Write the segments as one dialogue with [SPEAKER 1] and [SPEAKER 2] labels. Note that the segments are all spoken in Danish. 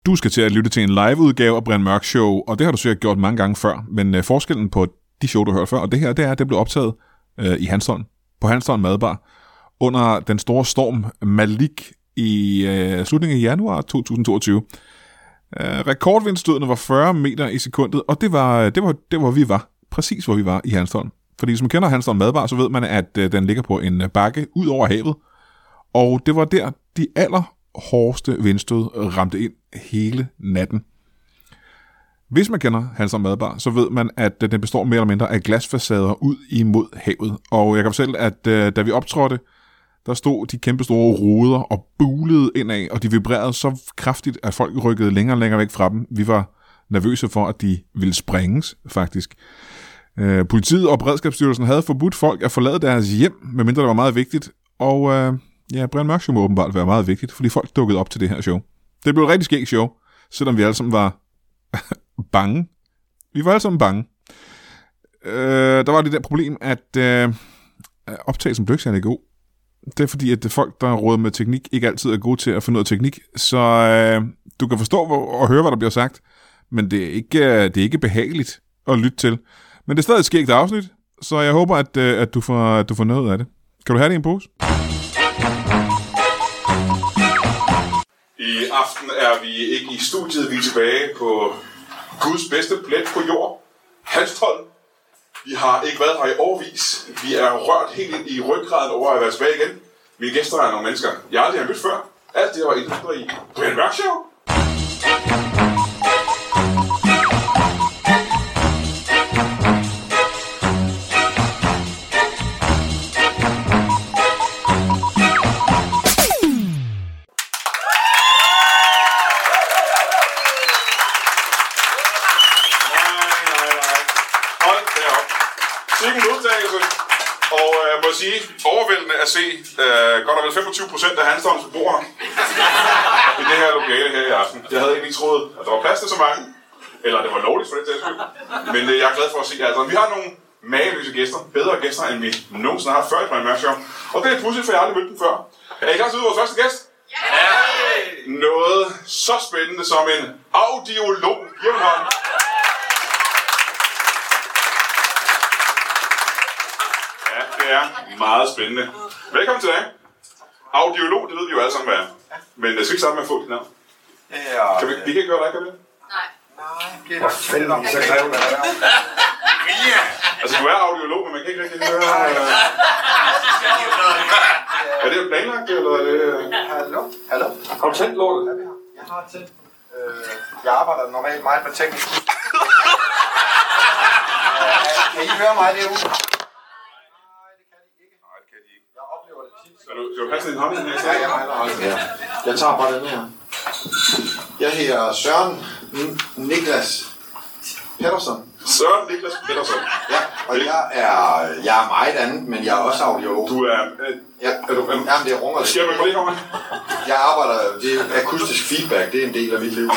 [SPEAKER 1] Du skal til at lytte til en live-udgave af Brian Mørk Show, og det har du sikkert gjort mange gange før, men forskellen på de show, du har hørt før, og det her, det er, at det blev optaget i Hanstholm, på Hanstholm Madbar, under den store storm Malik i slutningen af januar 2022. Rekordvindstødene var 40 meter i sekundet, og det var, hvor vi var. Præcis hvor vi var i Hanstholm. Fordi hvis man kender Hanstholm Madbar, så ved man, at den ligger på en bakke ud over havet. Og det var der, de allerhårdeste vindstød ramte ind hele natten. Hvis man kender Hanstholm Madbar, så ved man, at den består mere eller mindre af glasfacader ud imod havet. Og jeg kan fortælle, at da vi optrådte, der stod de kæmpe store ruder og bulede indad, og de vibrerede så kraftigt, at folk rykkede længere og længere væk fra dem. Vi var nervøse for, at de ville sprænges, faktisk. Politiet og Beredskabsstyrelsen havde forbudt folk at forlade deres hjem, medmindre det var meget vigtigt. Og Brian Mørk Show må åbenbart være meget vigtigt, fordi folk dukkede op til det her show. Det blev et rigtig skægt show, selvom vi alle sammen var bange. Vi var alle sammen bange. Der var det der problem, at optagelsen blev ikke særlig god. Det er fordi, at folk, der råder med teknik, ikke altid er gode til at finde ud af teknik. Så du kan forstå og høre, hvad der bliver sagt, men det er ikke behageligt at lytte til. Men det er stadig et skægt afsnit, så jeg håber, at du får noget af det. Kan du have det i en pose?
[SPEAKER 2] I aften er vi ikke i studiet, vi er tilbage på Guds bedste plet på jord, Hanstholm. Vi har ikke været her i årevis. Vi er rørt helt ind i ryggraden over at være tilbage igen. Mine gæster er nogle mennesker, jeg aldrig har mødt før. Alt det var indført i Brian Mørk Show. Overvældende at se godt og vel 25% af Hanstholms beboere i det her lokale her i aften. Jeg havde ikke lige troet, at der var plads til så mange, eller det var lovligt for det til skyld. Men jeg er glad for at se altså. Vi har nogle mageløse gæster, bedre gæster end vi nogensinde har haft før i Brian Mørk Show. Og det er pudsigt, for jeg har aldrig mødt dem før. Er I klar til vores første gæst? Ja! Noget så spændende som en audiolog. Giv en hånd. Det er meget spændende. Velkommen til dig. Audiolog, det ved vi jo alle sammen, hvad er. Men jeg skal ikke starte med at få dit navn. Ja, vi kan ikke gøre dig, kan vi det?
[SPEAKER 3] Nej.
[SPEAKER 4] Det er nok fælder, så kræver det.
[SPEAKER 2] Altså, du er audiolog, men man kan ikke rigtig høre... Er det planlagt, eller er det...
[SPEAKER 4] Hallo?
[SPEAKER 2] Har du tændt lortet?
[SPEAKER 4] Jeg har tændt. Jeg arbejder normalt meget med teknisk. Kan I høre mig derude?
[SPEAKER 2] Skal du passe din hånd ind her?
[SPEAKER 4] Ja, jeg tager bare den her. Jeg hedder Søren Niklas Pettersson.
[SPEAKER 2] Søren Niklas Pettersson.
[SPEAKER 4] Ja, og jeg er meget andet, men jeg er også audiolog.
[SPEAKER 2] Du er...
[SPEAKER 4] Jamen, det er runger.
[SPEAKER 2] Skal jeg med på det,
[SPEAKER 4] Jeg arbejder... Det er akustisk feedback, det er en del af mit liv.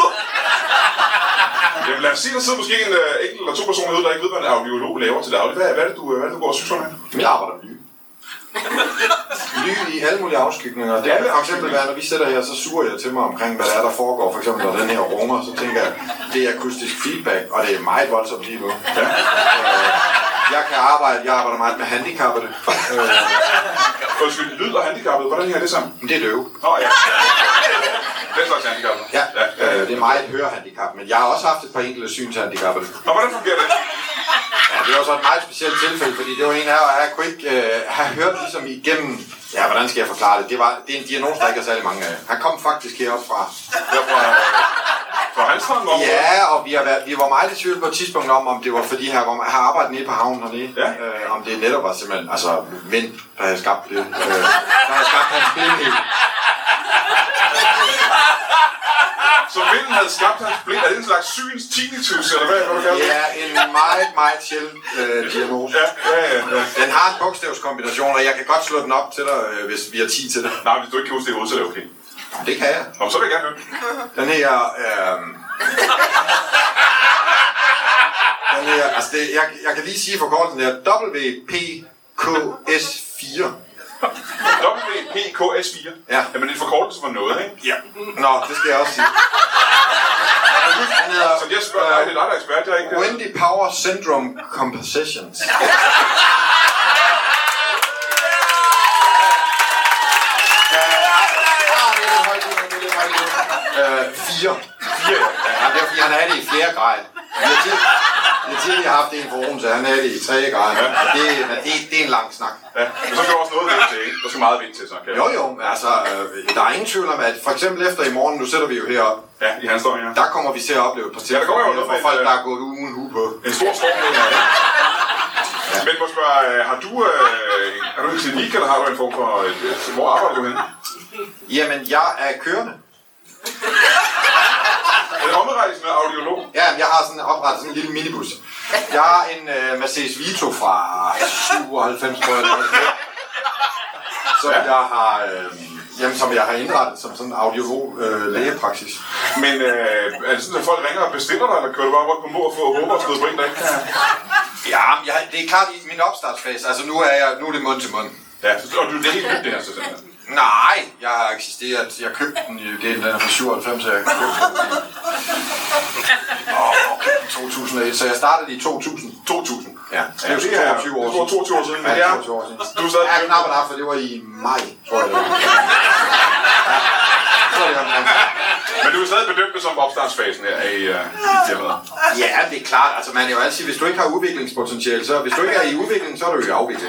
[SPEAKER 2] Jamen lad os sige, der sidder måske en enkelt eller to personer herude, der ikke ved, hvad en audiolog laver til daglig. Hvad er det, du går og synes med?
[SPEAKER 4] Jeg arbejder med lyd i alle mulige afskygninger. Det kan for eksempel være, når vi sætter her, så suger jeg til mig omkring, hvad der foregår. For eksempel, når den her runger, så tænker jeg, det er akustisk feedback, og det er meget voldsomt lige nu. Ja. Jeg arbejder meget med handicappede.
[SPEAKER 2] Undskyld, lyd og handicappede, hvordan hænger det sammen?
[SPEAKER 4] Det er døve.
[SPEAKER 2] Ja. Den slags handicappede?
[SPEAKER 4] Ja, det er meget hørehandicap, men jeg har også haft et par enkelte synshandicappede.
[SPEAKER 2] Og hvordan fungerer det?
[SPEAKER 4] Ja, det var så et meget specielt tilfælde, fordi det var en af jer, og jeg kunne ikke have hørt ligesom igennem... Ja, hvordan skal jeg forklare det? Det er en diagnose, der ikke er særlig mange af. Han kom faktisk heroppe fra
[SPEAKER 2] Hanstholm?
[SPEAKER 4] Ja, og vi var meget i tvivl på et tidspunkt om det var fordi her arbejdet nede på havnen hernede.
[SPEAKER 2] Ja.
[SPEAKER 4] Om det netop var simpelthen, altså vind, der havde skabt det. Der havde skabt hans blindhed.
[SPEAKER 2] Så vinden havde skabt hans blind. Er det en slags syns tinnitus, eller hvad du kalder det?
[SPEAKER 4] Ja, en meget, meget sjælden diagnose.
[SPEAKER 2] Ja.
[SPEAKER 4] Den har en bogstavskombination, og jeg kan godt slå den op til dig, hvis vi har tid til det.
[SPEAKER 2] Nej, hvis du ikke kan huske det i hovedet, så er det okay.
[SPEAKER 4] Det kan jeg.
[SPEAKER 2] Nå, så vil jeg gerne høre.
[SPEAKER 4] Den her... altså jeg kan lige sige forkortelsen her. WPKS4.
[SPEAKER 2] WPKS4?
[SPEAKER 4] Ja.
[SPEAKER 2] Jamen, det er en forkortelse for noget, ikke?
[SPEAKER 4] Ja. Nå, det skal jeg også sige. Han hedder...
[SPEAKER 2] Så jeg spørger dig, det er dig, der er ekspert, jeg er ikke...
[SPEAKER 4] Wendy Power Syndrome Compositions. Fire. Ja, det er fordi, han er det i flere grader. Jeg tidligere har haft en for Odense, han er det i 3. grad. Ja. Det er en lang snak.
[SPEAKER 2] Ja, men så kan du også noget vind til, ikke? Der skal meget vind til, så kan
[SPEAKER 4] Jo, altså, der er ingen tvivl om, at for eksempel efter i morgen, nu sætter vi jo herop.
[SPEAKER 2] Ja, i Hanstholm, ja.
[SPEAKER 4] Der kommer vi til at opleve et par
[SPEAKER 2] der kommer jo noget
[SPEAKER 4] for folk, der er gået uden hue på.
[SPEAKER 2] En stor storm, ja. Men må spørge, har du en klinik, eller har du en form for... hvor arbejder du henne?
[SPEAKER 4] Jamen, jeg er kørende.
[SPEAKER 2] Er det omrejsende audiolog?
[SPEAKER 4] Ja, jeg har sådan oprettet sådan en lille minibus. Jeg har en Mercedes Vito fra 97, tror jeg. Som jeg har indrettet som sådan en audiolog lægepraksis.
[SPEAKER 2] Men er det sådan, at folk ringer og bestiller dig, eller kører du bare rundt på mor og få håberskud på en dag?
[SPEAKER 4] Ja, det er klart i min opstartsfase. Altså nu er det mund til mund.
[SPEAKER 2] Ja, og det er helt nyt det her, så simpelthen.
[SPEAKER 4] Nej, jeg har eksisteret. Jeg købte den i den er fra 97, så jeg købte den i 2001. Så jeg startede i 2000.
[SPEAKER 2] 2000?
[SPEAKER 4] Ja, det er jo 22 år siden.
[SPEAKER 2] Det var 22 år siden.
[SPEAKER 4] Ja, 22 år siden.
[SPEAKER 2] Du er stadig...
[SPEAKER 4] Ja, knap og nap, for det var i maj, tror jeg det var.
[SPEAKER 2] Men du er stadig bedømt det som opstartsfasen her i firmaet?
[SPEAKER 4] Ja, det er klart. Altså, man er jo altid, hvis du ikke har udviklingspotentiale, så hvis du ikke er i udvikling, så er du jo i afvikling.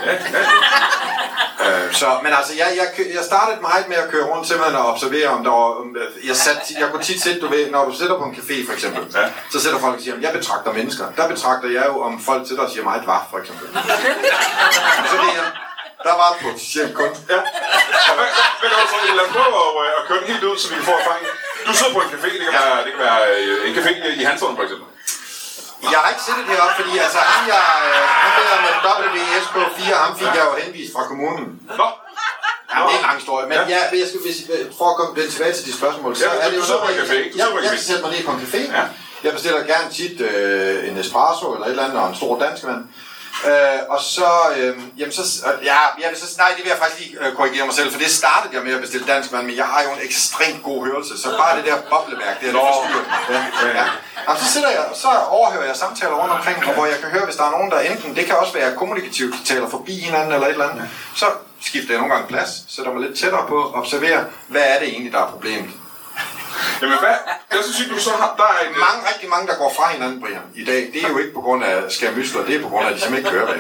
[SPEAKER 4] Men altså, jeg startede meget med at køre rundt simpelthen og observere, om der var... Jeg kunne tit sætte, du ved, når du sætter på en café for eksempel, så sætter folk og siger, jeg betragter mennesker. Der betragter jeg jo, om folk sætter og siger meget var, for eksempel. Så det er... Der var et potentielt kun.
[SPEAKER 2] Ja. Og hvad gør du så? Lad os prøve at køre den helt ud, så vi kan få erfaring. Du sidder på en café, det kan være en café i Hanstholm for eksempel.
[SPEAKER 4] Jeg har ikke siddet heroppe, fordi altså ham der med WSK4, ham fik jeg jo henvist fra kommunen.
[SPEAKER 2] Nå?
[SPEAKER 4] Ja, det er en lang historie, men for at komme tilbage til de spørgsmål, så er det jo
[SPEAKER 2] så på en café.
[SPEAKER 4] Jeg kan sætte mig ned på en café. Jeg bestiller gerne tit en espresso eller et eller andet, og en stor danskmand. Og så, jeg vil så nej, det vil jeg faktisk lige korrigere mig selv, for det startede jeg med at bestille danskmand, men jeg har jo en ekstremt god hørelse, så bare det der bobleværk, det forstyrrer. Og så sidder jeg, så overhører jeg samtaler rundt omkring, hvor jeg kan høre, hvis der er nogen, der enten, det kan også være kommunikativt, de taler forbi hinanden eller et eller andet, så skifter jeg nogle gange plads, sætter mig lidt tættere på, observerer, hvad er det egentlig, der er problemet.
[SPEAKER 2] Jamen hvad? Jeg synes ikke, du så har... Der er
[SPEAKER 4] rigtig mange, der går fra hinanden, Brian, i dag. Det er jo ikke på grund af skærmysler, det er på grund af, at de simpelthen ikke kører ved.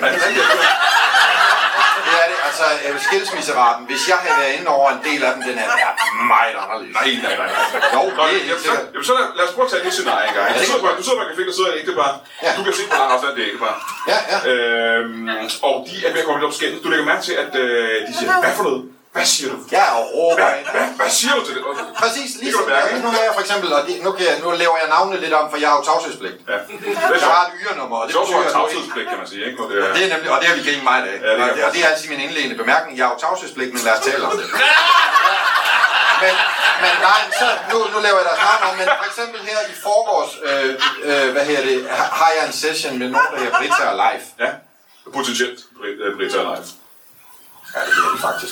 [SPEAKER 4] Det er det. Altså, skilsmisseraten, hvis jeg havde været inde over en del af dem, den er meget anderledes.
[SPEAKER 2] Nej.
[SPEAKER 4] Jo,
[SPEAKER 2] så lad os prøve at tage det scenarie engang. Du sidder på en café, der sidder et ægtepar. Du kan se på lang afstand, det er ægtepar.
[SPEAKER 4] Ja.
[SPEAKER 2] Og de er ved at komme lidt op skændes. Du lægger mærke til, at de siger, hvad for noget? Hvad siger du?
[SPEAKER 4] Ja,
[SPEAKER 2] hvad siger du til det?
[SPEAKER 4] Præcis, lige sådan. Nu er jeg for eksempel, og nu laver jeg navnene lidt om, for jeg har jo tavshedspligt.
[SPEAKER 2] Ja.
[SPEAKER 4] Jeg har et ydernummer, og det
[SPEAKER 2] betyder jo tavshedspligt, kan man sige, ikke?
[SPEAKER 4] Det er nemlig, og det har vi grint meget af. Og det er altid min indledende bemærkning. Jeg har jo tavshedspligt, men lad os tale om det. Men nej, så nu laver jeg deres navn om, men for eksempel her i forgårs, har jeg en session med nogen, der hedder Britta og Leif.
[SPEAKER 2] Ja, potentielt Britta og Leif.
[SPEAKER 4] Ja, det er det faktisk.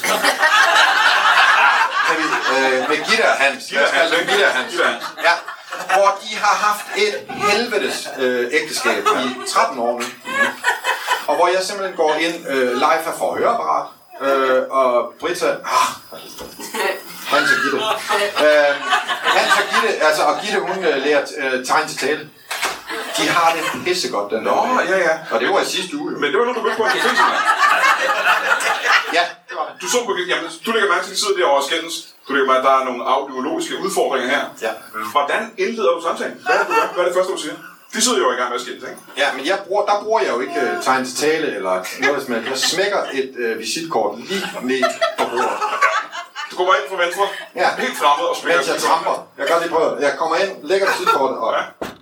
[SPEAKER 4] Med Gitte og Hans. Gitte og Hans. Ja, hvor de har haft et helvedes ægteskab i 13 år nu. Og hvor jeg simpelthen går ind, live her for høreapparat, og Britta... Hans og Gitte. Hans og Gitte, altså, og Gitte, hun lærer tegn til tale. De har det pissegodt, den der.
[SPEAKER 2] Ja.
[SPEAKER 4] Og det var i sidste uge.
[SPEAKER 2] Men det var nu, du begyndte på en café,
[SPEAKER 4] Ja, det var det.
[SPEAKER 2] Du så på, jamen, du lægger mærke til, at de sidder derovre og skændes. Du lægger mærke, at der er nogle audiologiske udfordringer her.
[SPEAKER 4] Ja.
[SPEAKER 2] Hvordan indleder du samtalen? Hvad er det første, du siger? De sidder jo i gang med at skændes, ikke?
[SPEAKER 4] Ja, men der bruger jeg jo ikke tegn til tale eller noget som helst. Jeg smækker et visitkort lige ned på bordet.
[SPEAKER 2] Du kommer ind fra venstre, helt fremmed og smækker.
[SPEAKER 4] Mens jeg tramper. Jeg kan lige prøve. Jeg kommer ind, lægger visitkortet og...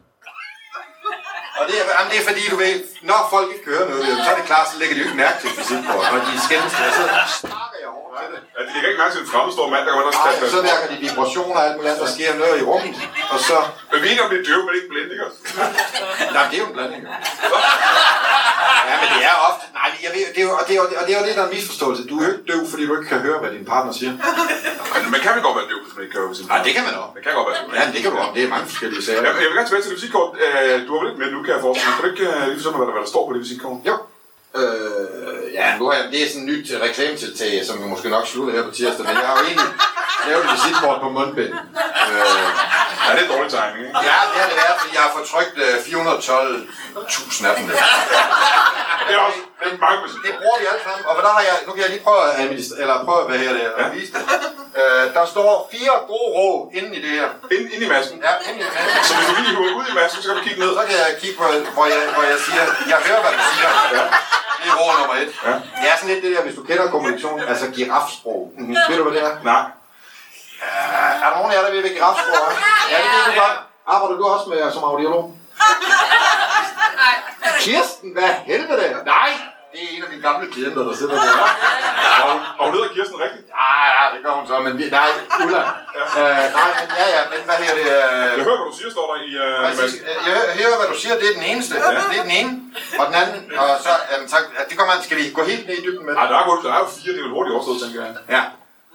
[SPEAKER 4] Og det er fordi, du ved, når folk ikke hører noget, så er det klart, så lægger de jo ikke mærke til visitkort. Når de skændes, så snakker jeg over til det.
[SPEAKER 2] Ja, de lægger ikke mærke til en fremmedstår mand, der kommer der
[SPEAKER 4] og så mærker de vibrationer og alt muligt andet, der sker noget i rummet. Og så...
[SPEAKER 2] Men vi er ikke om det er døve, men ikke blinde, ikke?
[SPEAKER 4] Nej, det er jo en blanding. Ja, men det er ofte... Nej, jeg ved, det er jo det, der er en misforståelse. Du er jo ikke døv, fordi du ikke kan høre, hvad din partner siger.
[SPEAKER 2] Men kan vi godt være døv, hvis man ikke kan høre, hvad sin
[SPEAKER 4] Nej, det kan man også.
[SPEAKER 2] Det kan godt være døv.
[SPEAKER 4] Ja, det kan du også. Det er mange forskellige sager.
[SPEAKER 2] Jeg vil gerne tilbage til det visitkort. Du har vel lidt mere nu, kan jeg forestille mig. Kan du ikke lige forstå mig, hvad der står på det visitkort?
[SPEAKER 4] Jo. Ja, nu har jeg, det er sådan et nyt reklametiltag, som vi måske nok slutter her på tirsdag, men jeg har jo egentlig lavet et visitkort på mundbind.
[SPEAKER 2] Ja, det er dårlig timing, ikke?
[SPEAKER 4] Ja, det har det været, fordi jeg har fået trykt 412.000 af dem.
[SPEAKER 2] Det er også mange visitkort.
[SPEAKER 4] Det bruger vi alle sammen, og der har jeg, nu kan jeg lige prøve at vise det. Der står 4 gode råd inde i det her.
[SPEAKER 2] Inde i masken?
[SPEAKER 4] Ja, inde i masken.
[SPEAKER 2] Så hvis du lige hiver ud i masken, så kan du kigge ned.
[SPEAKER 4] Så kan jeg kigge på, hvor jeg siger, jeg hører, hvad du siger. Ja. Det er råd nummer 1. Ja. Det er sådan lidt det der, hvis du kender kommunikation, altså girafsprog. Ved du, hvad det er?
[SPEAKER 2] Nej.
[SPEAKER 4] Er der nogen af jer, der ved, hvad girafsprog er? Ja, det ved du godt. Arbejder du også med som audiolog? Nej. Kirsten, hvad helvede? Nej! Det er en af mine gamle klienter, der sidder der.
[SPEAKER 2] Og hun hedder Kirsten rigtigt?
[SPEAKER 4] Ja, det gør hun så, men nej, Ulla. Nej, men men hvad hedder det?
[SPEAKER 2] Jeg hører, hvad du siger, står der i
[SPEAKER 4] jeg hører, hvad du siger, det er den eneste. Ja. Det er den ene. Og den anden, og så det kommer man, skal vi gå helt ned i dybden med det?
[SPEAKER 2] Nej, der er jo 4, det er jo hurtigt overstået, tænker jeg.
[SPEAKER 4] Ja.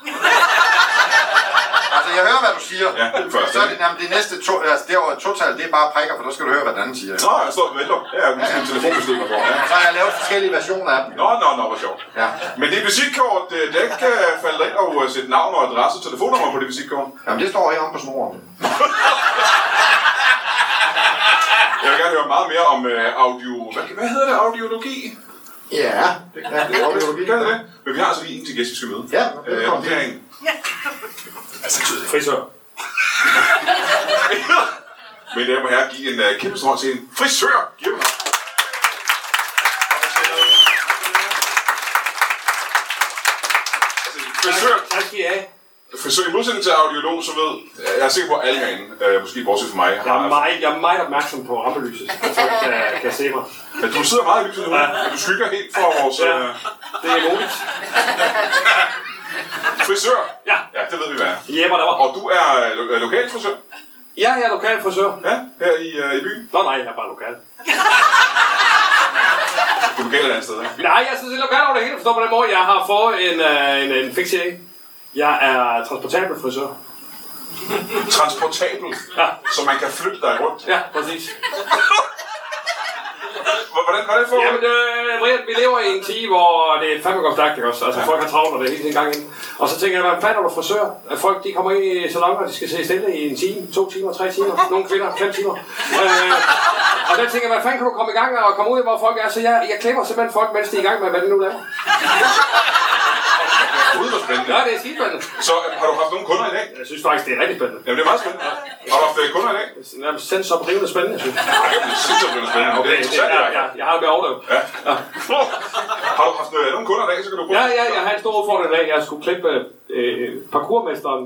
[SPEAKER 4] Altså, jeg hører, hvad du siger.
[SPEAKER 2] Ja, det er først.
[SPEAKER 4] Så er det, det næste total, det er bare prikker, for der skal du høre, hvad den anden siger.
[SPEAKER 2] Nå, jeg står og venter. Det er jo ligesom en telefonbestilling, der går. Ja.
[SPEAKER 4] Så har jeg lavet forskellige versioner af dem.
[SPEAKER 2] Nå, hvor sjovt. Ja. Men det visitkort, det kan falde ind og sætte navn og adresse og telefonnummer på det visitkort.
[SPEAKER 4] Jamen, det står heromme på snoren.
[SPEAKER 2] Jeg vil gerne høre meget mere om Hvad hedder det? Audiologi?
[SPEAKER 4] Ja, det er audiologi.
[SPEAKER 2] Kan det? Men vi har altså lige en til gæst, vi skal møde.
[SPEAKER 4] Ja, velkommen til.
[SPEAKER 2] Altså, frisør. Men jeg må her give en kæmpe stor til en frisør. Giv dem. Frisør.
[SPEAKER 3] Tak skal I have.
[SPEAKER 2] Frisør, i modsætning til audiolog, så ved jeg er sikker på, at alle herinde, måske bortset fra mig,
[SPEAKER 3] jeg er meget opmærksom på rampelyset, så folk kan se mig.
[SPEAKER 2] Men du sidder meget i lyset nu, men du skygger helt for vores...
[SPEAKER 3] Ja, det er muligt.
[SPEAKER 2] Frisør?
[SPEAKER 3] Ja.
[SPEAKER 2] Ja, det ved vi, hvad er.
[SPEAKER 3] Jæber, der var.
[SPEAKER 2] Og du er lokal frisør?
[SPEAKER 3] Ja, jeg er lokal frisør.
[SPEAKER 2] Ja, her i byen?
[SPEAKER 3] Nå nej, jeg er bare lokal.
[SPEAKER 2] Du er lokal et andet sted, ikke?
[SPEAKER 3] Nej, jeg synes, det er lokal over det hele, forstår på den måde. Jeg har fået en fiksering. Jeg er transportabel frisør.
[SPEAKER 2] Transportabel?
[SPEAKER 3] Ja.
[SPEAKER 2] Så man kan flytte dig rundt?
[SPEAKER 3] Ja, præcis.
[SPEAKER 2] Hvordan får
[SPEAKER 3] Jamen, Brian, vi lever i en tid, hvor det er fandme godt stærkt, ikke også? Altså, folk har travlt, og det er hele tiden gang ind. Og så tænker jeg, hvad fanden er du frisør? At folk, de kommer ind i salonger, og de skal se stille i en time, 2 timer, 3 timer. Nogle kvinder, 5 timer. Og der tænker jeg, hvad fanden kan du komme i gang og komme ud, hvor folk er? Så jeg klipper simpelthen folk, mens de er i gang med, hvad de nu laver.
[SPEAKER 2] Gud, hvor spændende.
[SPEAKER 3] Ja, det er skidespændende.
[SPEAKER 2] Så har du haft nogle kunder i dag?
[SPEAKER 3] Jeg synes faktisk, det er rigtig spændende.
[SPEAKER 2] Jamen, det er meget spændende. Har du haft kunder i dag?
[SPEAKER 3] Jamen, sensorbrivende spændende, synes jeg.
[SPEAKER 2] Nej, det er sindssygt spændende.
[SPEAKER 3] Okay, jeg har det behov det.
[SPEAKER 2] Ja. Har du haft nogle kunder i dag, så kan du bruge?
[SPEAKER 3] Ja, jeg har en stor udfordring i dag. Jeg skulle klippe parkourmesteren.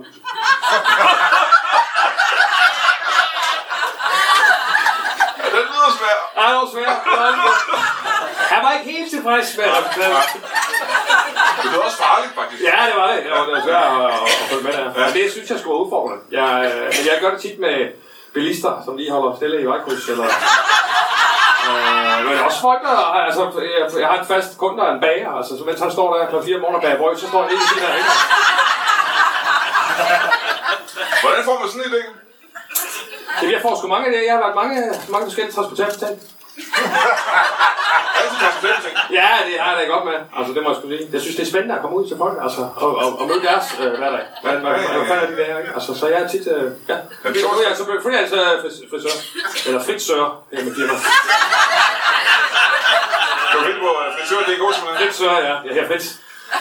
[SPEAKER 2] Ja, det lyder svært.
[SPEAKER 3] Ja, det var svært. Han var ikke helt tilfreds med det.
[SPEAKER 2] Det er også farligt, faktisk.
[SPEAKER 3] Ja, det var det. Det var svært at følge med der. Ja. Det synes jeg skulle være udfordrende. Men jeg gør det tit med bilister, som lige holder stille i vejkryds. Men også folk, der... Altså, jeg har en fast kunde, der er en bager. Altså, så mens han står der kl. 4 om morgenen og bager brød, så står han lige i siden af, ikke?
[SPEAKER 2] Hvordan får man sådan en idé?
[SPEAKER 3] Jeg får sgu mange af det. Jeg har været mange forskellige transportable ting.
[SPEAKER 2] Altid transportable ting?
[SPEAKER 3] Ja, det har jeg da godt med. Altså, det må jeg sgu sige. Jeg synes, det er spændende at komme ud til folk, altså, og møde deres hverdag. Hvad fanden er de der, ikke? Altså, så jeg er tit... Ja. Så fordi jeg altså frisør. Eller fritsør, med firma.
[SPEAKER 2] Du er helt på frisør, det er godt, simpelthen.
[SPEAKER 3] Fritsør, ja. Jeg her Frits.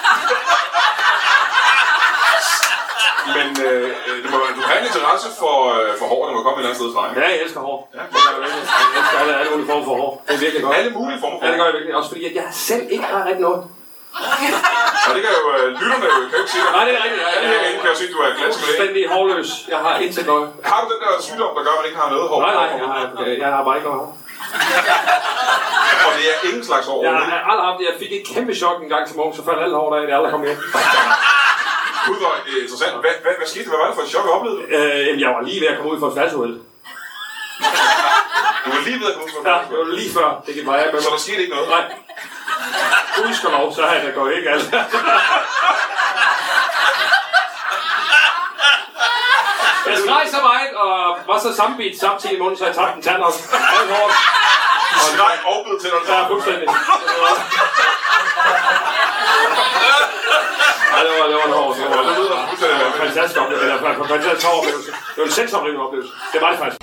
[SPEAKER 2] Men du har en interesse for hår, når du kommer et eller andet sted fra, ikke?
[SPEAKER 3] Ja, jeg elsker hår. Ja, jeg elsker alle mulige former for hår. Det er virkelig godt.
[SPEAKER 2] Alle mulige former for hår?
[SPEAKER 3] Ja, det gør jeg virkelig. Også fordi jeg selv ikke har rigtig noget.
[SPEAKER 2] Og det kan jo lytterne jo ikke sige.
[SPEAKER 3] Nej, det er rigtigt.
[SPEAKER 2] Alle herinde kan jo sige, at du er glansklæd.
[SPEAKER 3] Fuldstændig hårløs. Jeg har intet noget.
[SPEAKER 2] Har du den der sygdom, der gør, at man ikke har noget hår?
[SPEAKER 3] Nej, jeg har bare ikke noget hår.
[SPEAKER 2] Og det er ingen slags hår?
[SPEAKER 3] Jeg har aldrig haft det. Jeg fik et kæmpe chok en gang som ung, så faldt alle hår der, det aldrig kom hjem.
[SPEAKER 2] Gud, hvor interessant. Hvad skete det? Hvad var det for et chok, du oplevede?
[SPEAKER 3] Jeg var lige ved at komme ud for et faldsuheld.
[SPEAKER 2] Du var lige ved at komme ud for et
[SPEAKER 3] faldsuheld? Ja, det var lige før. Det gik bare af med.
[SPEAKER 2] Så der skete ikke noget?
[SPEAKER 3] Nej. Gudskelov, så har jeg da gået ikke alt. Jeg skreg så meget, og var så sammenbit samtidig i munden, så jeg tabte en tand også.
[SPEAKER 2] Skreg og bed til dig.
[SPEAKER 3] Ja, fuldstændig. Ja, det var en hård. Det var en fantastisk oplevelse. Eller fantastisk hård oplevelse. Det var en selvsamlende oplevelse. Det var det faktisk.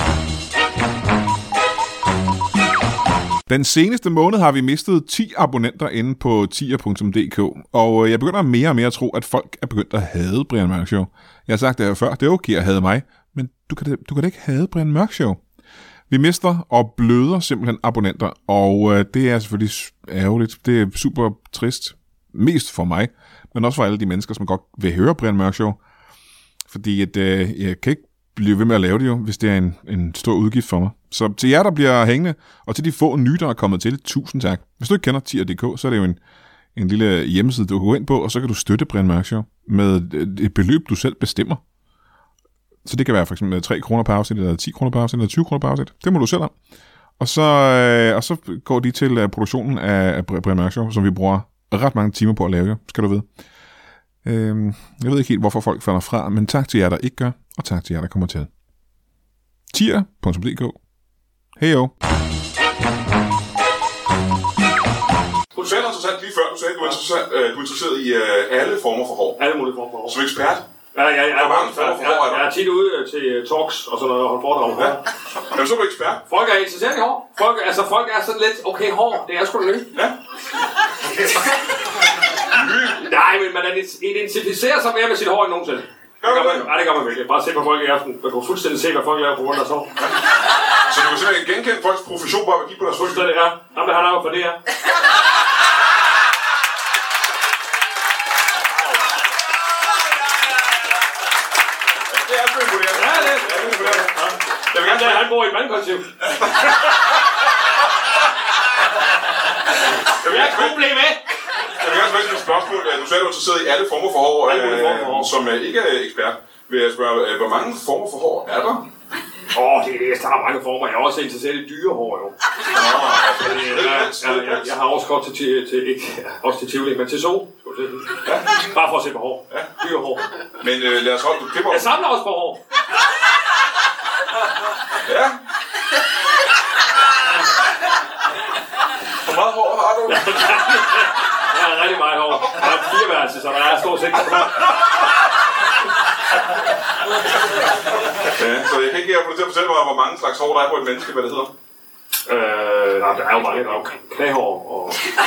[SPEAKER 1] Den seneste måned har vi mistet 10 abonnenter inde på tier.dk, og jeg begynder mere og mere at tro, at folk er begyndt at hade Brian Mørk Show. Jeg har sagt det her før, det er okay at hade mig, men du kan da ikke hade Brian Mørk Show. Vi mister og bløder simpelthen abonnenter, og det er selvfølgelig ærgerligt. Det er super trist, mest for mig, men også for alle de mennesker, som godt vil høre Brian Mørk Show. Fordi jeg kan ikke blive ved med at lave det jo, hvis det er en stor udgift for mig. Så til jer, der bliver hængende, og til de få nye, der er kommet til, tusind tak. Hvis du ikke kender tier.dk, så er det jo en lille hjemmeside, du kan gå ind på, og så kan du støtte Brian Mørk Show med et beløb, du selv bestemmer. Så det kan være for eksempel 3 kroner per afsnit, eller 10 kroner per afsnit, eller 20 kroner per afsnit. Det må du selv om. Og så går de til produktionen af Brian Mørk Show, som vi bruger ret mange timer på at lave, skal du vide. Jeg ved ikke helt, hvorfor folk falder fra, men tak til jer, der ikke gør, og tak til jer, der kommer til. tier.dk. Hej jo.
[SPEAKER 2] Du sagde noget interessant lige før. Du sagde, at du er interesseret i alle former for hår.
[SPEAKER 3] Alle mulige former for hår.
[SPEAKER 2] Som ekspert?
[SPEAKER 3] Ja, jeg er tit ude til talks og sådan noget og holder foredrag.
[SPEAKER 2] Ja. Men så er du ekspert.
[SPEAKER 3] Folk er interesseret i hår. Folk er sådan lidt, okay, hår, det er sgu da nyt.
[SPEAKER 2] Ja.
[SPEAKER 3] Nej, men man identificerer sig mere med sit hår end nogensinde. Det gør man virkelig. Bare se på folk i aften. Man kan fuldstændig se, hvad folk laver på grund af deres hår.
[SPEAKER 2] Så du kan simpelthen genkende folks profession bare ved at kigge på deres hår?
[SPEAKER 3] Fuldstændig, ja. Ham der har navn for det her.
[SPEAKER 2] Det er sgu imponerende.
[SPEAKER 3] Ja, det er imponerende. Jeg vil gerne sige, at han bor i et vandkollektiv. Jeg kunne blive med.
[SPEAKER 2] Jeg vil gerne spørge et spørgsmål. Du sagde, at du er interesseret i alle former for hår. Som ikke er ekspert, vil jeg spørge, hvor mange former for hår er der?
[SPEAKER 3] Der er mange former. Jeg er også interesseret i dyrehår, jo. Jeg har også godt til Tivoli, men til sol. Bare for at se på hår. Dyrehår.
[SPEAKER 2] Men lad os holde, du klipper.
[SPEAKER 3] Jeg samler også på hår.
[SPEAKER 2] Ja. Hvor meget hår har du?
[SPEAKER 3] Jeg har rigtig meget hår. Der er 4 værelser, så der er stort set.
[SPEAKER 2] Ja, så jeg kan ikke få dig til at fortælle mig, hvor mange slags hår der er på et menneske, hvad det hedder.
[SPEAKER 3] Der er jo mange. Der er jo knæhår og...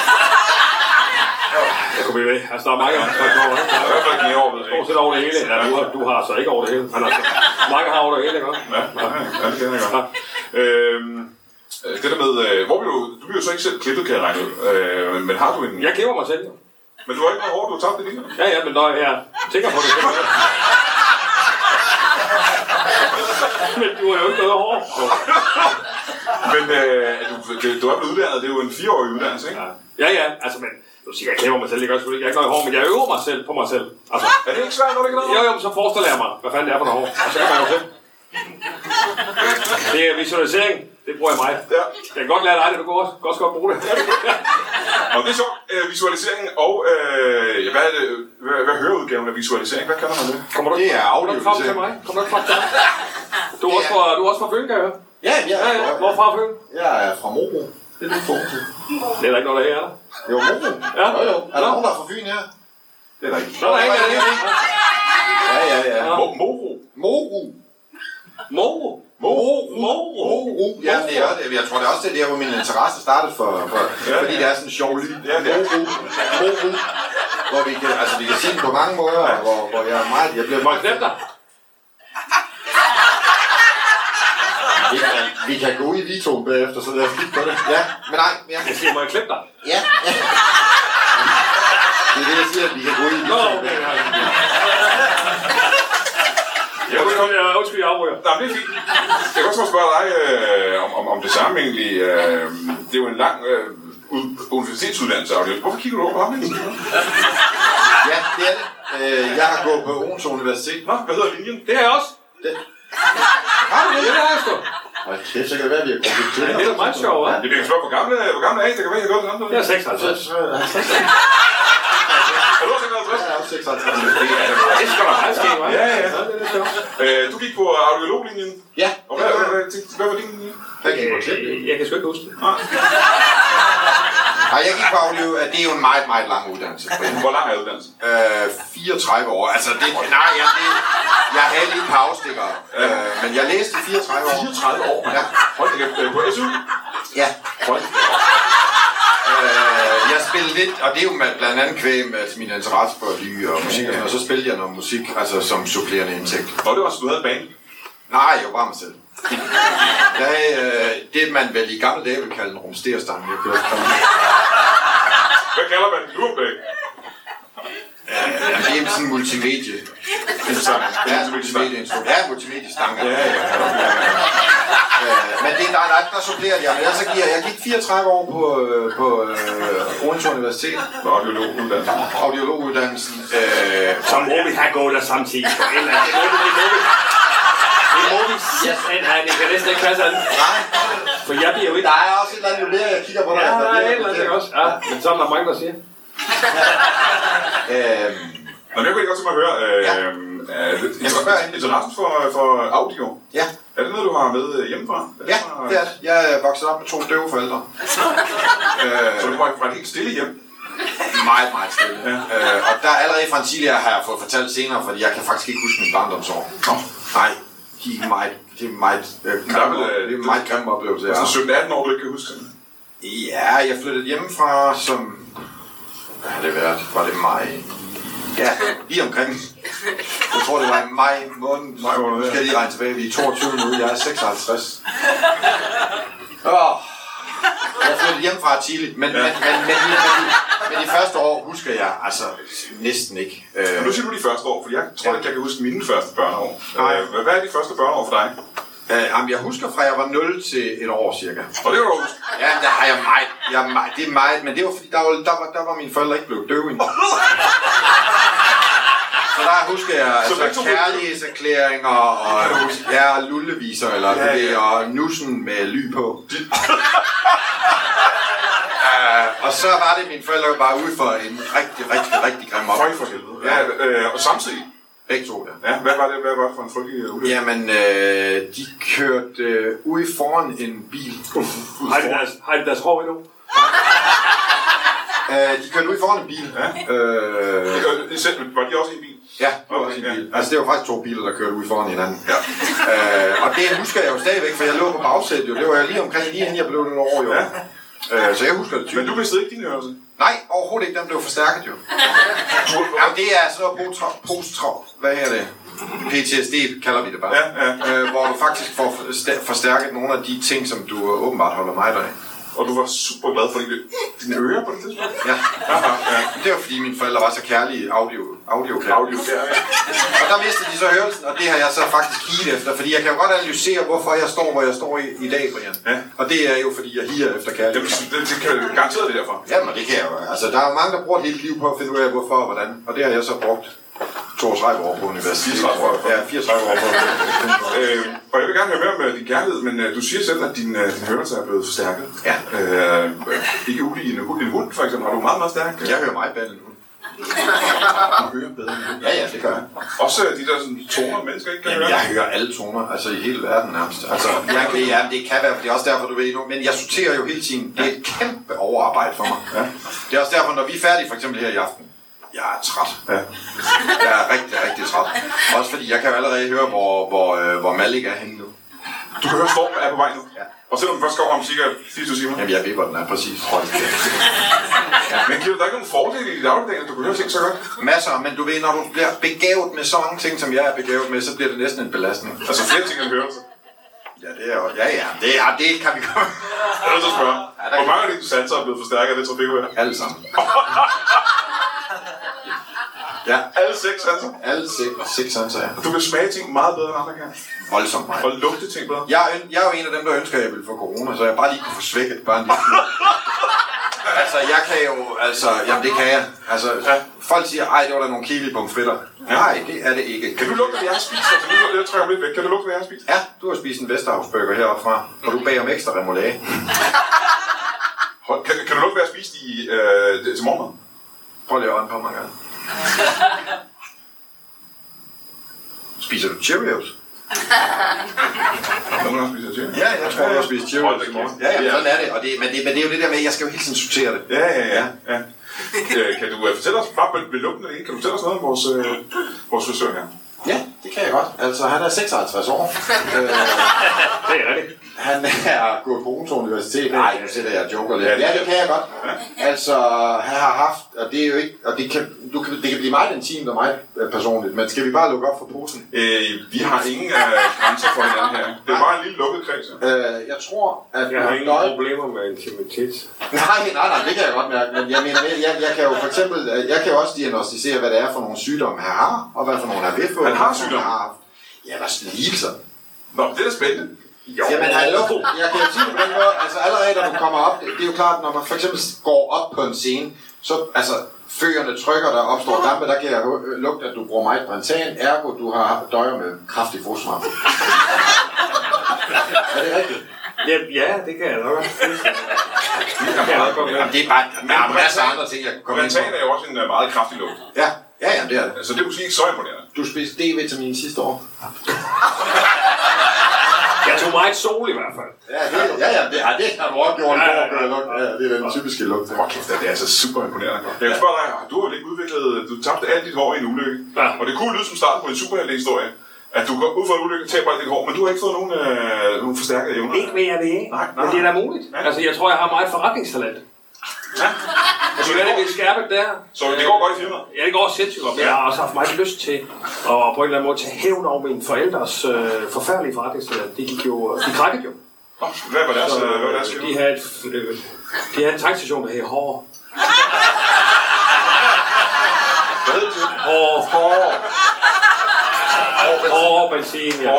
[SPEAKER 3] Jeg kunne blive ved. Altså, der er mange slags hår.
[SPEAKER 2] Der er i hvert fald knæhår, ved jeg.
[SPEAKER 3] Stort set over det hele. Ja, du har så ikke over det hele. Men altså, mange har over det hele, ikke?
[SPEAKER 2] Ja, det kender jeg godt. Det der med, du bliver jo så ikke selv klippet, kan jeg regne ud. Men har du en...
[SPEAKER 3] Jeg klipper mig selv, jo.
[SPEAKER 2] Men du har ikke noget hår, du har tabt det lige?
[SPEAKER 3] Ja, men når jeg tænker på det, men du har jo ikke noget hår.
[SPEAKER 2] Men du er blevet uddannet, det er jo en 4-årig uddannelse, ikke?
[SPEAKER 3] Ja, altså, men du siger, jeg klipper mig selv, det gør selvfølgelig ikke. Jeg har ikke noget hår, men jeg øver mig selv på mig selv. Altså,
[SPEAKER 2] er det ikke svært, når det ikke er noget?
[SPEAKER 3] Jo, så forestiller jeg mig, hvad fanden det er for noget hår. Og så kan man jo selv. Det er visualisering. Det bruger jeg meget. Ja. Jeg kan godt lære dig det, du kan også godt bruge det.
[SPEAKER 2] Og det er så visualisering og hvad er høreudgaven af visualisering? Hvad kalder man det?
[SPEAKER 4] Det er audiovisualisering.
[SPEAKER 3] Til mig. Kommer du ikke frem til mig? Du er også fra Fyn, kan jeg høre?
[SPEAKER 4] Ja.
[SPEAKER 3] Hvorfra Fyn?
[SPEAKER 4] Jeg er fra Moro. Det er lidt forhold til.
[SPEAKER 3] Det er der ikke noget, der her, er der?
[SPEAKER 4] Jo, Moro.
[SPEAKER 3] Ja.
[SPEAKER 4] Jo. Er der nogen, der er fra Fyn her? Det er der ikke.
[SPEAKER 3] Der er ikke der her.
[SPEAKER 4] Ja. Moro. Ja, det er det. Jeg tror det er også, det er der, hvor min interesse startede fordi det er sådan en sjov lyd. Moro. Hvor vi kan sige det på mange måder, hvor jeg er meget... Jeg bliver meget
[SPEAKER 3] knæppe dig.
[SPEAKER 4] Vi kan gå ud i Vitoen bagefter, så lad os kigge på det. Ja, men nej.
[SPEAKER 3] Jeg siger, må jeg klippe dig?
[SPEAKER 4] Ja. Det er det, jeg siger, at vi kan gå ud i Vitoen bagefter.
[SPEAKER 3] Undskyld, jeg afryger.
[SPEAKER 2] Nej, det er fint. Jeg kan også spørge dig om det samme egentlig. Det er jo en lang universitetsuddannelse. Hvorfor kigger du over på ham?
[SPEAKER 4] Ja, det er det. Jeg har gået på Odense Universitet.
[SPEAKER 2] Hvad hedder linjen?
[SPEAKER 3] Det har jeg også.
[SPEAKER 4] Har du det?
[SPEAKER 3] Det har jeg sgu.
[SPEAKER 4] Hold kæft, så kan det være, at vi har kommet til.
[SPEAKER 3] Det er meget sjovt, hva'?
[SPEAKER 2] Det bliver spørge, hvor gamle er I? Det kan være, I har gået til andre.
[SPEAKER 3] Jeg er 56.
[SPEAKER 2] Er du også 56?
[SPEAKER 4] Jeg er også 56.
[SPEAKER 3] Det skal da meget ske, hva'?
[SPEAKER 2] Ja.
[SPEAKER 3] Det er sjovt.
[SPEAKER 2] Du gik på audiologlinjen.
[SPEAKER 4] Ja.
[SPEAKER 2] Og hvad var din linje?
[SPEAKER 3] Jeg kan sgu ikke huske det.
[SPEAKER 4] Nej, jeg gik på audio, det er jo en meget, meget lang uddannelse.
[SPEAKER 2] Hvor lang er uddannelsen?
[SPEAKER 4] 34 år. Altså, jeg havde lige et par afstikker. Men jeg læste i 34 år.
[SPEAKER 2] 34 år?
[SPEAKER 4] Ja.
[SPEAKER 2] Hold det på SU?
[SPEAKER 4] Ja.
[SPEAKER 2] Hold
[SPEAKER 4] Jeg spillede lidt, og det er jo blandt andet kvæg med min interesse for lyd og musik og sådan, og så spillede jeg noget musik, altså som supplerende indtægt.
[SPEAKER 2] Og det var også, du havde band?
[SPEAKER 4] Nej, jeg var bare mig selv. Det man vel i gamle dage vil kalde en rumsterstang, jeg kørte.
[SPEAKER 2] Hvad kalder man den nu om dagen?
[SPEAKER 4] Det er sådan en multimedie. Ja, multimediestang. Men det er der supplerer jeg. Men altså, jeg gik 34 år på Odense Universitet. Audiologuddannelsen.
[SPEAKER 3] Så må vi have gået der samtidig. Det må vi sige, at det kan næsten ikke passe andet.
[SPEAKER 4] Nej.
[SPEAKER 3] For jeg bliver jo ikke...
[SPEAKER 4] Der er også et eller andet mere, jeg kigger på dig.
[SPEAKER 3] Ja, der er et eller andet også. Ja, men så er der mange, der siger.
[SPEAKER 2] Men jeg kunne ikke godt tænke mig at høre, interessen for audio.
[SPEAKER 4] Ja.
[SPEAKER 2] Er det noget, du har med hjemmefra?
[SPEAKER 4] Ja, det er det. Jeg er vokset op med 2 døve forældre.
[SPEAKER 2] Så du var et helt stille hjem?
[SPEAKER 4] Meget, meget stille. Ja. Og der allerede fra en tidligere har jeg fået fortalt senere, fordi jeg kan faktisk ikke huske min barndomsår. Nej, det er meget grim oplevelse.
[SPEAKER 2] Så 17-18 år, du ikke kan huske det?
[SPEAKER 4] Ja, jeg flyttede hjemmefra som... Hvad har det været? Var det maj? Ja, lige omkring. Jeg tror, det var i maj måned. Nu skal jeg lige regne tilbage. Vi er 22 nu. Jeg er 56. Jeg flyttede hjemmefra tidligt, men de første år husker jeg altså næsten ikke.
[SPEAKER 2] Men nu siger du de første år, for jeg tror ikke, jeg kan huske mine første børneår. Hvad er de første børneår for dig?
[SPEAKER 4] Jeg husker fra jeg var 0 til et år cirka.
[SPEAKER 2] Og det var du?
[SPEAKER 4] Ja, der har jeg meget. Det er meget, men det var fordi, der var mine forældre ikke blevet døve endnu. Så der husker jeg altså kærlighedserklæringer og lulleviser eller det, og nussen med ly på. Og så var det, mine forældre bare ude for en rigtig grim oplevelse.
[SPEAKER 2] For helvede. Ja, og samtidig?
[SPEAKER 4] Begge to,
[SPEAKER 2] ja. Hvad var det for en frygtelig ulykke?
[SPEAKER 4] Jamen, de kørte ude foran en bil.
[SPEAKER 3] Har de deres hår endnu?
[SPEAKER 4] De kørte ud foran en bil.
[SPEAKER 2] Ja. Var de også i en bil?
[SPEAKER 4] Ja, det var også en bil. Altså, det var faktisk 2 biler, der kørte ud foran hinanden.
[SPEAKER 2] Ja.
[SPEAKER 4] Og det husker jeg jo stadigvæk, for jeg lå på bagsædet jo. Det var jeg lige inden jeg blev nogle år jo. Ja. Så jeg husker det tydeligt.
[SPEAKER 2] Men du mistede ikke din hørelse?
[SPEAKER 4] Nej, overhovedet ikke. Den blev forstærket jo. Jamen, det er sådan noget post-traum. Hvad her det? PTSD kalder vi det bare.
[SPEAKER 2] Ja.
[SPEAKER 4] Hvor du faktisk får forstærket nogle af de ting, som du åbenbart holder mig der af.
[SPEAKER 2] Og du var super glad for dine ører på det tidspunkt?
[SPEAKER 4] Ja. Det var fordi mine forældre var så kærlige audiokærlige. Og der mistede de så hørelsen, og det har jeg så faktisk kigget efter, fordi jeg kan jo godt analysere, hvorfor jeg står, hvor jeg står i dag, Brian.
[SPEAKER 2] Ja.
[SPEAKER 4] Og det er jo fordi, jeg higer efter kærlighed.
[SPEAKER 2] Det kan du garanteret det derfor.
[SPEAKER 4] Jamen, det kan jeg jo. Altså, der er jo mange, der bruger et helt liv på at finde ud af, hvorfor og hvordan. Og det har jeg så brugt 32 år på universitetet.
[SPEAKER 2] 34 år.
[SPEAKER 4] Ja, 34 år på
[SPEAKER 2] og jeg vil gerne høre mere med din kærlighed, men du siger selv, at din hørelse er blevet forstærket.
[SPEAKER 4] Ja.
[SPEAKER 2] Ikke ulig en hund, for eksempel. Har du meget stærk?
[SPEAKER 4] Jeg hører meget bedre end en hund.
[SPEAKER 2] Du hører bedre end en hund?
[SPEAKER 4] Ja, det gør jeg.
[SPEAKER 2] Også de der sådan, toner, mennesker ikke kan høre?
[SPEAKER 4] Jeg hører alle toner, altså i hele verden nærmest. Altså, det kan være, det er også derfor, du ved nu. Men jeg sorterer jo hele tiden. Det er et kæmpe overarbejde for mig. Ja. Det er også derfor, når vi er færdige, for eksempel her i aften. Jeg er træt. Ja. Jeg er rigtig træt. Også fordi jeg kan jo allerede høre, hvor Malik er henne nu.
[SPEAKER 2] Du kan høre, stormen er på vej nu?
[SPEAKER 4] Ja.
[SPEAKER 2] Og selvom den først kommer om cirka 24 timer?
[SPEAKER 4] Jamen, jeg ved, hvor den er præcis.
[SPEAKER 2] Ja. Men giver der ikke nogen fordel i dit dagligdag, at du kan høre ting så godt?
[SPEAKER 4] Masser, men du ved, når du bliver begavet med så mange ting, som jeg er begavet med, så bliver det næsten en belastning.
[SPEAKER 2] Altså flere ting end hørelse?
[SPEAKER 4] Ja, det er jo... Ja, det kan vi gøre.
[SPEAKER 2] Jeg er nødt til at spørge. Hvor mange af dine sanser er blevet forstærket af det trafikvejr?
[SPEAKER 4] Alle sammen.
[SPEAKER 2] Ja, alle 6 sanser?
[SPEAKER 4] Alle 6 sanser, ja.
[SPEAKER 2] Du kan smage ting meget bedre end andre kan?
[SPEAKER 4] Voldsomt meget.
[SPEAKER 2] Og lugte ting bedre?
[SPEAKER 4] Jeg er jo en af dem, der ønsker, at jeg vil få corona, så jeg bare lige kunne få svækket bare en lille smule. Altså, jeg kan jo, jamen det kan jeg. Altså, folk siger, ej, det var der nogle kiwi pomfritter. Nej, det er det ikke.
[SPEAKER 2] Kan du lugte, hvad jeg har spist? Jeg trækker lidt væk. Kan du lugte, hvad jeg har spist?
[SPEAKER 4] Ja, du har spist en Vesterhavsburger heroppe fra, og du bager om ekstra remoulade.
[SPEAKER 2] Kan du lugte, hvad jeg har spist til morgenmad?
[SPEAKER 4] Prøv lige at øjne på mig gange. Spiser du Cheerios?
[SPEAKER 2] Nogen har spist Cheerios?
[SPEAKER 4] Ja, jeg tror, du har spist Cheerios i morgen. Ja, sådan er det. Og men det er jo det der med, at jeg skal jo hele tiden sortere det.
[SPEAKER 2] Ja. Kan du fortælle os, bare ved lugten af det, kan du fortælle os noget om vores frisør her?
[SPEAKER 4] Ja, det kan jeg godt. Altså, han er 56 år.
[SPEAKER 3] Det er rigtigt.
[SPEAKER 4] Han er gået på Odense Universitet. Nej, nu sætter jeg joker lidt. Ja, det kan jeg godt. Altså, han har haft, og det er jo ikke, og det kan blive meget intimt og meget personligt, men skal vi bare lukke op for posen?
[SPEAKER 2] Vi har ingen grænser for hinanden her. Det er bare en lille lukket kreds.
[SPEAKER 4] Jeg tror, at
[SPEAKER 3] jeg har ingen problemer med intimitet.
[SPEAKER 4] Nej, det kan jeg godt mærke, men jeg mener, jeg kan jo for eksempel, jeg kan jo også diagnostisere, hvad det er for nogle sygdomme, han har, og hvad for nogle han vil få.
[SPEAKER 2] Han har sygdomme?
[SPEAKER 4] Ja, der er lidelser.
[SPEAKER 2] Nå, det er da spændende.
[SPEAKER 4] Jamen, jeg kan jo sige det på den måde, altså allerede da du kommer op, det er jo klart, når man for eksempel går op på en scene, så altså føerne trykker, der opstår dampe, der kan jeg lugte, at du bruger meget brentan, ergo du har døjer med kraftig fosfor. Er det rigtigt?
[SPEAKER 3] Ja, det kan jeg nok.
[SPEAKER 4] Det er bare, der er masser af andre ting, jeg kan komme ind på.
[SPEAKER 2] Brentan er jo også en meget kraftig lugt.
[SPEAKER 4] Ja, det er det.
[SPEAKER 2] Så det er måske ikke så imponerende.
[SPEAKER 4] Du spiste D-vitamin sidste år.
[SPEAKER 3] Jeg tog meget sol i hvert fald.
[SPEAKER 4] Det har du også gjort i går. Det er den typiske lugt.
[SPEAKER 2] Hvor kæft, det er altså super imponerende. Jeg vil spørge dig, du har jo ikke udviklet, du tabte alt dit hår i en ulykke. Ja. Og det kunne lyde som starten på en superheltehistorie, at du går ud for en ulykke og taber alt dit hår, men du har ikke fået nogen forstærkede evner.
[SPEAKER 3] Ikke mere det, ikke? Nej. Men det er da muligt. Ja. Altså, jeg tror, jeg har meget forretningstalent. Ja. Og så er det blevet skærpet der.
[SPEAKER 2] Så det går godt i firmaet?
[SPEAKER 3] Ja, det går sindssygt godt. Jeg har også haft meget lyst til at på en eller anden måde tage hævn over mine forældres forfærdelige forretningstalent. De krakkede jo.
[SPEAKER 2] Hvad var deres
[SPEAKER 3] De havde en tankstation, der hed Hård.
[SPEAKER 2] Hvad hed det?
[SPEAKER 3] Hård benzin, ja.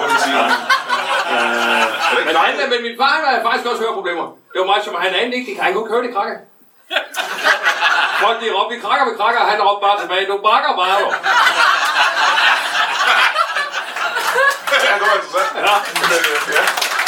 [SPEAKER 3] Men min far havde faktisk også høreproblemer. Det var meget som, han anede ikke, han kunne ikke høre det krakke. Folk de råbte, vi krakker, og han råbte bare tilbage, du bakker bare, jo.
[SPEAKER 2] Ja, det var interessant. Ja.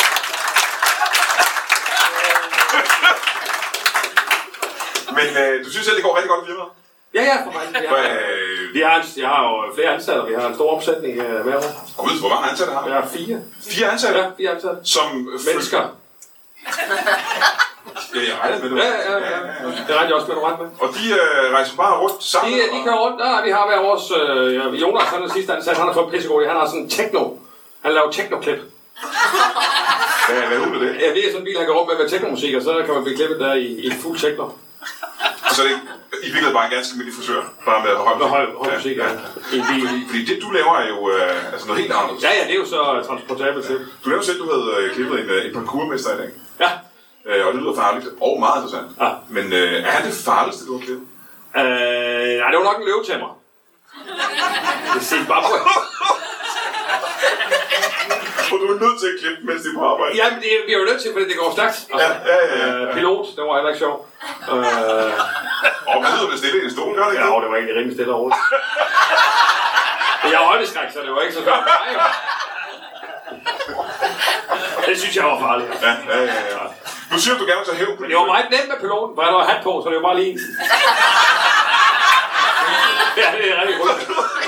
[SPEAKER 2] Men du synes selv, det går rigtig godt i firmaet?
[SPEAKER 3] Ja, for mig. Jeg har jo flere ansatte, vi har en stor omsætning hver år.
[SPEAKER 2] Og ved du, hvor mange ansatte har du?
[SPEAKER 3] Jeg har 4.
[SPEAKER 2] 4 ansatte?
[SPEAKER 3] Ja, 4 ansatte.
[SPEAKER 2] Som
[SPEAKER 3] mennesker.
[SPEAKER 2] Ja, jeg regner med det.
[SPEAKER 3] Ja. Det regner jeg også med, du regner med.
[SPEAKER 2] Og de rejser bare rundt sammen?
[SPEAKER 3] De kører rundt. Vi har hver vores... Jonas, han er den sidste ansat, han har fået pissegod. Han har sådan en techno. Han laver techno-klip.
[SPEAKER 2] Hvad ud med det?
[SPEAKER 3] Ja, det er sådan en bil, han går rundt med teknomusik, og så kan man blive klippet der i fuld techno.
[SPEAKER 2] Så det i virkeligheden bare en ganske almindelig frisør, bare med høj
[SPEAKER 3] musik, ja.
[SPEAKER 2] Fordi det du laver er jo noget helt andet.
[SPEAKER 3] Ja, det er jo så transportabelt til.
[SPEAKER 2] Du laver selv, du havde klippet en parkourmester i dag.
[SPEAKER 3] Ja.
[SPEAKER 2] Og det lyder farligt, og meget interessant. Ja. Men er det farligste, du har klippet?
[SPEAKER 3] Nej, det var nok en løvetæmmer. Det er Zimbabwe.
[SPEAKER 2] Og du er nødt til at klippe, mens de er på arbejde.
[SPEAKER 3] Jamen, vi er jo nødt til, fordi det går stærkt. Altså,
[SPEAKER 2] ja.
[SPEAKER 3] Pilot, det var heller ikke sjov.
[SPEAKER 2] Og hvad lyder det stille i en stol, gør det ikke?
[SPEAKER 3] Ja, det var egentlig rimelig stille og roligt. Jeg har højdeskræk, så det var ikke så godt. Det synes jeg var farligt.
[SPEAKER 2] Ja. Nu siger du gerne at tage hævn på det.
[SPEAKER 3] Det var meget nemt med piloten, for han havde hat på, så det var bare lige... Ja, det er rigtig godt.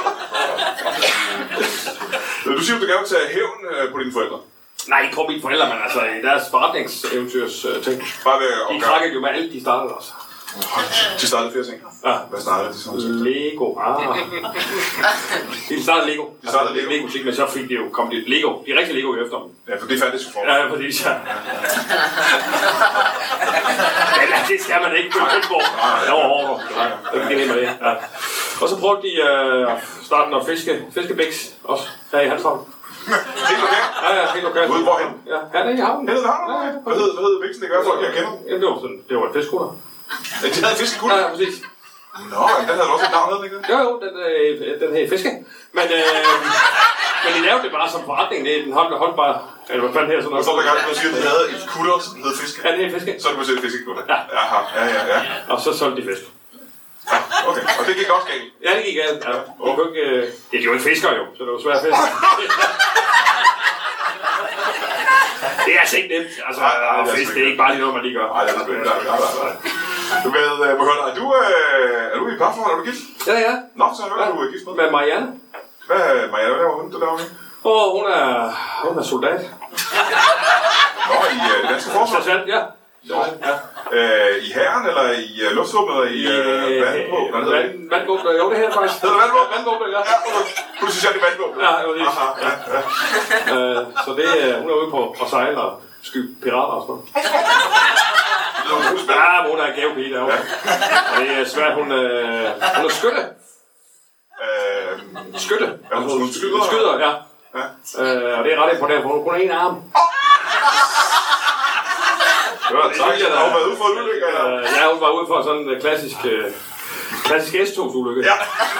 [SPEAKER 2] Du siger, du gerne vil tage hævn på dine forældre?
[SPEAKER 3] Nej, ikke på mine forældre, men altså i deres forretningseventyrs ting. De krakkede jo med alt, de startede også.
[SPEAKER 2] De startede flere ting?
[SPEAKER 3] Ja.
[SPEAKER 2] Hvad startede de sådan?
[SPEAKER 3] Lego. De startede Lego.
[SPEAKER 2] De startede Lego?
[SPEAKER 3] Lego-musik, men så fik de jo kommet lidt Lego. De rigtige Lego efter dem.
[SPEAKER 2] Ja, for det fandt det så for.
[SPEAKER 3] Ja, præcis, ja. Ja, det skal man ikke på Købenborg. Det var hårdt. Ja. Og så prøvede de at starte noget fiskebæks også her i Hanstholm.
[SPEAKER 2] Helt lokalt?
[SPEAKER 3] Ja, helt lokalt.
[SPEAKER 2] Ude hvorhen?
[SPEAKER 3] Ja, hernede i havnen.
[SPEAKER 2] Hernede i havnen? Hvad hed væksten, det gør folk, jeg kender?
[SPEAKER 3] Jamen, det var et fiskekutter.
[SPEAKER 2] De havde fiskekutter?
[SPEAKER 3] Ja, præcis.
[SPEAKER 2] Nå, den havde også et navn, havde den ikke det?
[SPEAKER 3] Jo, den hed Fiske. Men Men de lavede det bare som forretning. Den holdt bare... Eller hvad fanden her sådan noget?
[SPEAKER 2] Så der gang, du siger, at de havde et kutter, som hed fisk.
[SPEAKER 3] Ja, det er fisk.
[SPEAKER 2] Så er det måske fiskekutter.
[SPEAKER 3] Ja.
[SPEAKER 2] Ja.
[SPEAKER 3] Og så solgte de fisk.
[SPEAKER 2] Ja, okay. Og det gik også galt?
[SPEAKER 3] Ja, det gik galt. Ja. De er jo ikke fiskere jo, så det var svært fisk. Det er altså ikke nemt. Altså, fisk, det er ikke bare lige noget, man lige gør.
[SPEAKER 2] Nej, det er spændende. Er du i parforhold? Er du gift?
[SPEAKER 3] Ja.
[SPEAKER 2] Nå, så hører du er gift med.
[SPEAKER 3] Med Marianne.
[SPEAKER 2] Hvad laver hun? Det laver hun?
[SPEAKER 3] Hun er soldat.
[SPEAKER 2] Nå, i det danske forsvar?
[SPEAKER 3] Sergeant, ja.
[SPEAKER 2] I hæren, eller i luftvåbnet, eller i vandvåbnet?
[SPEAKER 3] Vandvåbnet, jo det her faktisk.
[SPEAKER 2] Hedder det vandvåbnet?
[SPEAKER 3] Vandvåbnet, ja.
[SPEAKER 2] Du synes, jeg er vandvåbnet?
[SPEAKER 3] Ja, jo det så det hun er ude på at sejle og skyde pirater og sådan noget. Ja, men hun er en gavepige derovre. Og det er svært, hun er skytte. Skytte.
[SPEAKER 2] Ja, hun
[SPEAKER 3] skyder, ja. Og det er ret imponerende, for hun kun har en arm.
[SPEAKER 2] Ja, tak. Har hun været ude for en ulykke?
[SPEAKER 3] Ja, hun var ude for sådan en klassisk S-togsulykke.
[SPEAKER 2] Ja.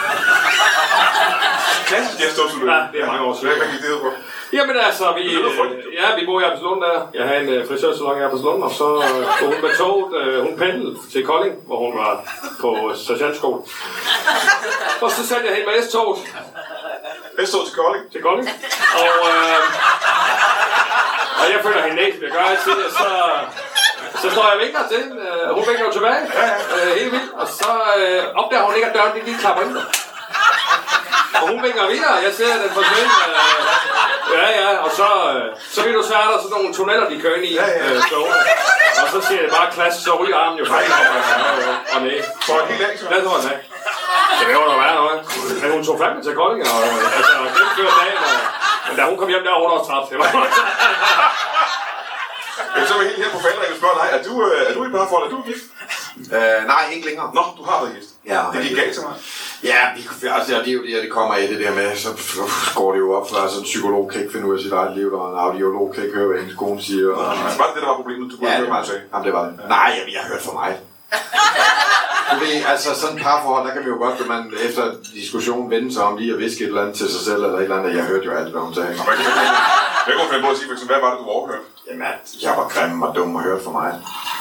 [SPEAKER 2] Klassisk S-togsulykke?
[SPEAKER 3] Ja, det er mange år siden.
[SPEAKER 2] Hvad gik det ud på?
[SPEAKER 3] Jamen altså, vi bor i Absalon der. Jeg havde en frisørsalon i Absalon, og så tog hun med toget. Hun pendlede til Kolding, hvor hun var på sergeantskole. Og så satte jeg hende med S-toget.
[SPEAKER 2] S-toget til Kolding?
[SPEAKER 3] Til Kolding. Og jeg føler hende næsten, jeg gør altid, så står jeg og vinker til hende. Hun vinker jo tilbage, helt vildt. Og så opdager hun ikke, at døren lige klapper ind. Og hun vinker videre, jeg ser, at den forsvinder. Ja, og så vil du svært, der sådan nogle tunneller, de kører ind i. Og så siger det bare klasse, så ryger armen jo faktisk. Og nej.
[SPEAKER 2] Så er det helt af, så?
[SPEAKER 3] Hvad tror jeg? Det vil jo da være noget. Men hun tog fandme til Kolding, og gennemførte dagen. Men da hun kom hjem, der var hun også træt.
[SPEAKER 2] Så er vi helt her på falder, jeg vil spørge dig, er du i parforhold, er du gift?
[SPEAKER 4] Nej, ikke længere.
[SPEAKER 2] Nå, du har været gift.
[SPEAKER 4] Ja,
[SPEAKER 2] det gik galt til mig.
[SPEAKER 4] Ja, altså, det er jo det kommer af det der med, så går det jo op for, altså en psykolog kan ikke finde ud af sit eget liv, og en audiolog kan ikke høre, hvad hendes kone siger. Og...
[SPEAKER 2] Var det der var problemet, du kunne høre, hvad du sagde?
[SPEAKER 4] Jamen, det var det. Nej, jeg har hørt for mig. Du ved, altså sådan et parforhold, der kan vi jo godt, at man efter diskussion vende sig om lige at viske et eller andet til sig selv, eller et eller andet. Jeg hørte jo alt, hvad hun sagde.
[SPEAKER 2] Hvad kunne du finde på at sige, for eksempel, hvad var det, du overhørte?
[SPEAKER 4] Jamen, jeg var grim og dum og hørte for mig.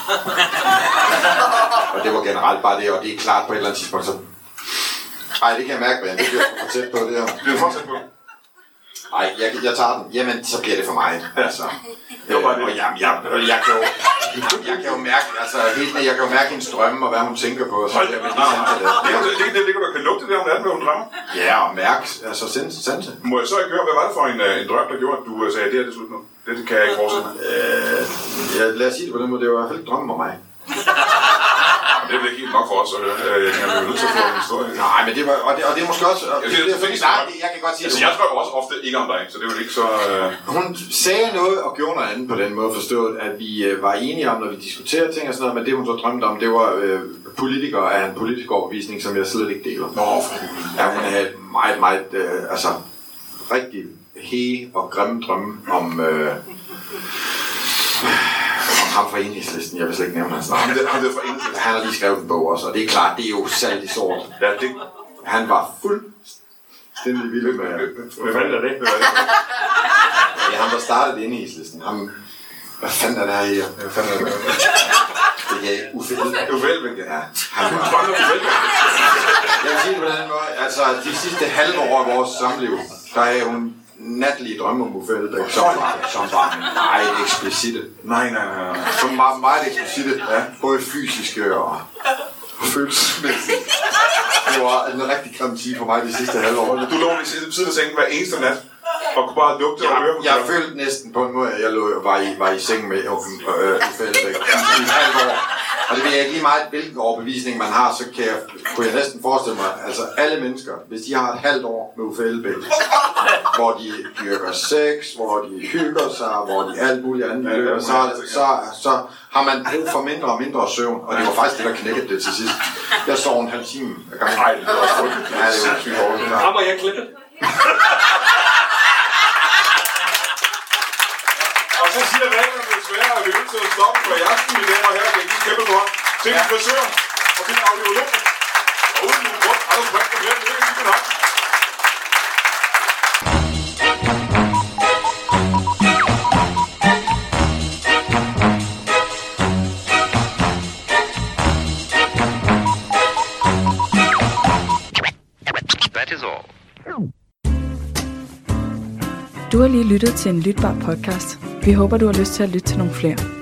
[SPEAKER 4] Og det var generelt bare det, og det er klart på et eller andet tidspunkt, så... Ej, det kan jeg mærke, Brian. Det bliver for tæt på det her.
[SPEAKER 2] Det er for tæt på.
[SPEAKER 4] Ej, jeg tager den. Jamen, så bliver det for mig. Altså.
[SPEAKER 2] Det var bare det.
[SPEAKER 4] Og jeg kan jo mærke, altså, jeg kan jo mærke hendes drømme, og hvad hun tænker på. Så det
[SPEAKER 2] kan du kan lugte det om natten, hvad hun drømmer.
[SPEAKER 4] Ja, og mærke, altså sanse.
[SPEAKER 2] Må jeg så ikke høre, hvad var det for en drøm, der gjorde, at du sagde, det er det slut nu? Det kan jeg ikke forestille mig.
[SPEAKER 4] Lad os sige det på den måde, det var i hvert fald ikke drømmen om mig.
[SPEAKER 2] Det er vel ikke helt nok for os at høre. Jeg er nødt til at få en historie.
[SPEAKER 4] Nej, men det var, og det er måske også... jeg kan godt sige
[SPEAKER 2] altså,
[SPEAKER 4] det.
[SPEAKER 2] Jeg drømmer også ofte ikke om dig, så det er jo ikke så...
[SPEAKER 4] Hun sagde noget og gjorde noget andet på den måde, forstået, at vi var enige om, når vi diskuterer ting og sådan noget, men det hun så drømte om, det var politikere af en politisk overbevisning, som jeg slet ikke deler.
[SPEAKER 2] Nå, for
[SPEAKER 4] ja, hun havde meget, altså rigtig og grimme drømme om... ham fra Enhedslisten, jeg vil slet ikke nævne hans navn. Han har lige skrevet en bog også, og det er klart, det er jo salt i sort.
[SPEAKER 2] Ja,
[SPEAKER 4] han var fuldstændig vild med...
[SPEAKER 3] Hvad fanden er det?
[SPEAKER 4] Ja, ham der startede Enhedslisten. Hvad fanden er det her? Det er Uffe Elbæk. Ja, han var... Jeg vil sige det på den måde, altså de sidste halve år af vores samliv, der er hun natlige drømme om Uffe Elbæk, som var meget eksplicite.
[SPEAKER 2] Nej.
[SPEAKER 4] Som var meget eksplicite, ja. Både fysiske og følelsesmæssige. Det var en rigtig grim tid for mig de sidste halve år.
[SPEAKER 2] Du lå ved siden af sengen hver eneste nat, og kunne bare lugte og høre.
[SPEAKER 4] Jeg følte næsten på en måde, at jeg var i seng med Uffe Elbæk i et halvt år. Og det ved jeg ikke lige meget, hvilken overbevisning man har, så kunne jeg næsten forestille mig, altså alle mennesker, hvis de har et halvt år med Uffe Elbæk, hvor de dyrker sex, hvor de hygger sig, hvor de alt muligt andet, så har man brug for mindre og mindre søvn, og det var faktisk det, der knækkede det til sidst. Jeg sov en halv time ad gangen.
[SPEAKER 2] Nej, det var også frygteligt.
[SPEAKER 4] Ja, det var sygt hårdt.
[SPEAKER 3] Rammer jeg klippet?
[SPEAKER 2] Og så siger reglerne desværre, at vi er nødt til at stoppe for i aften, mine damer og herrer. Jeg giver kæmpe hånd til en frisør og til en audiolog. Og uden nogen grund, Anders Brink, og mere, det er ikke nok.
[SPEAKER 5] Du har lige lyttet til en lytbar podcast. Vi håber, du har lyst til at lytte til nogle flere.